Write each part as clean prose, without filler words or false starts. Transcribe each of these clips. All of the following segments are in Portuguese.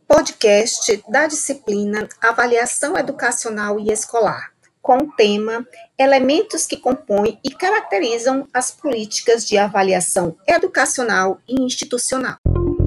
Podcast da disciplina Avaliação Educacional e Escolar, com o tema Elementos que compõem e caracterizam as políticas de avaliação educacional e institucional.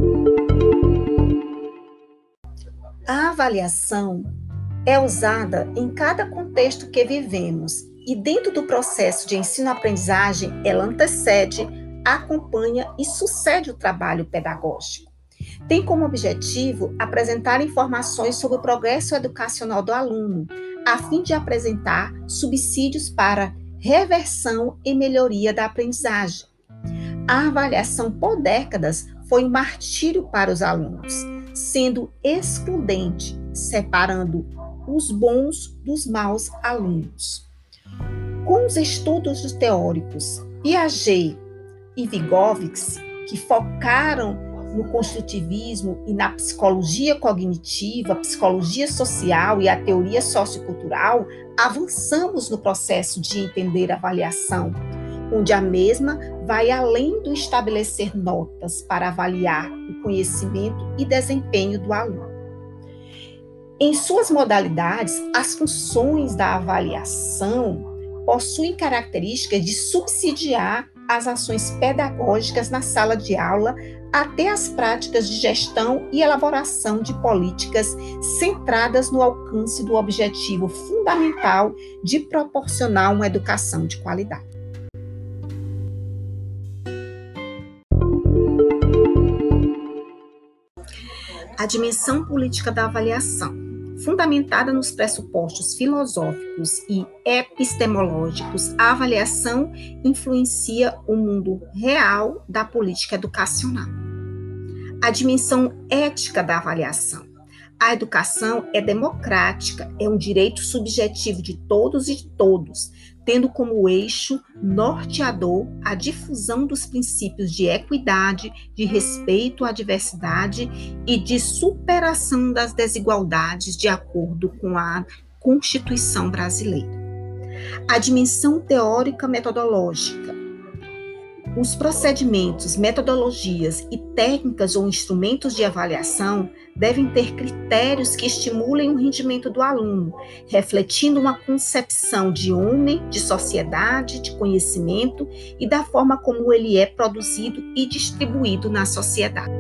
A avaliação é usada em cada contexto que vivemos e dentro do processo de ensino-aprendizagem ela antecede, acompanha e sucede o trabalho pedagógico. Tem como objetivo apresentar informações sobre o progresso educacional do aluno, a fim de apresentar subsídios para reversão e melhoria da aprendizagem. A avaliação por décadas foi um martírio para os alunos, sendo excludente, separando os bons dos maus alunos. Com os estudos teóricos Piaget e Vygotsky, que focaram no construtivismo e na psicologia cognitiva, psicologia social e a teoria sociocultural, avançamos no processo de entender a avaliação, onde a mesma vai além do estabelecer notas para avaliar o conhecimento e desempenho do aluno. Em suas modalidades, as funções da avaliação possuem características de subsidiar as ações pedagógicas na sala de aula até as práticas de gestão e elaboração de políticas centradas no alcance do objetivo fundamental de proporcionar uma educação de qualidade. A dimensão política da avaliação. Fundamentada nos pressupostos filosóficos e epistemológicos, a avaliação influencia o mundo real da política educacional. A dimensão ética da avaliação. A educação é democrática, é um direito subjetivo de todos e de todos, tendo como eixo norteador a difusão dos princípios de equidade, de respeito à diversidade e de superação das desigualdades de acordo com a Constituição brasileira. A dimensão teórica metodológica. Os procedimentos, metodologias e técnicas ou instrumentos de avaliação devem ter critérios que estimulem o rendimento do aluno, refletindo uma concepção de homem, de sociedade, de conhecimento e da forma como ele é produzido e distribuído na sociedade.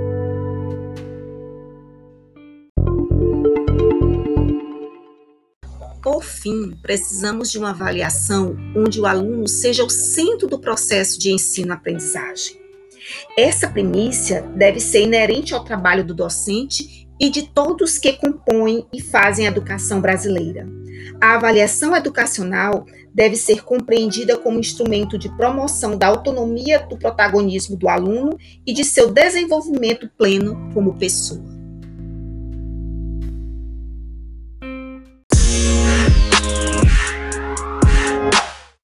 Por fim, precisamos de uma avaliação onde o aluno seja o centro do processo de ensino-aprendizagem. Essa primícia deve ser inerente ao trabalho do docente e de todos que compõem e fazem a educação brasileira. A avaliação educacional deve ser compreendida como instrumento de promoção da autonomia do protagonismo do aluno e de seu desenvolvimento pleno como pessoa.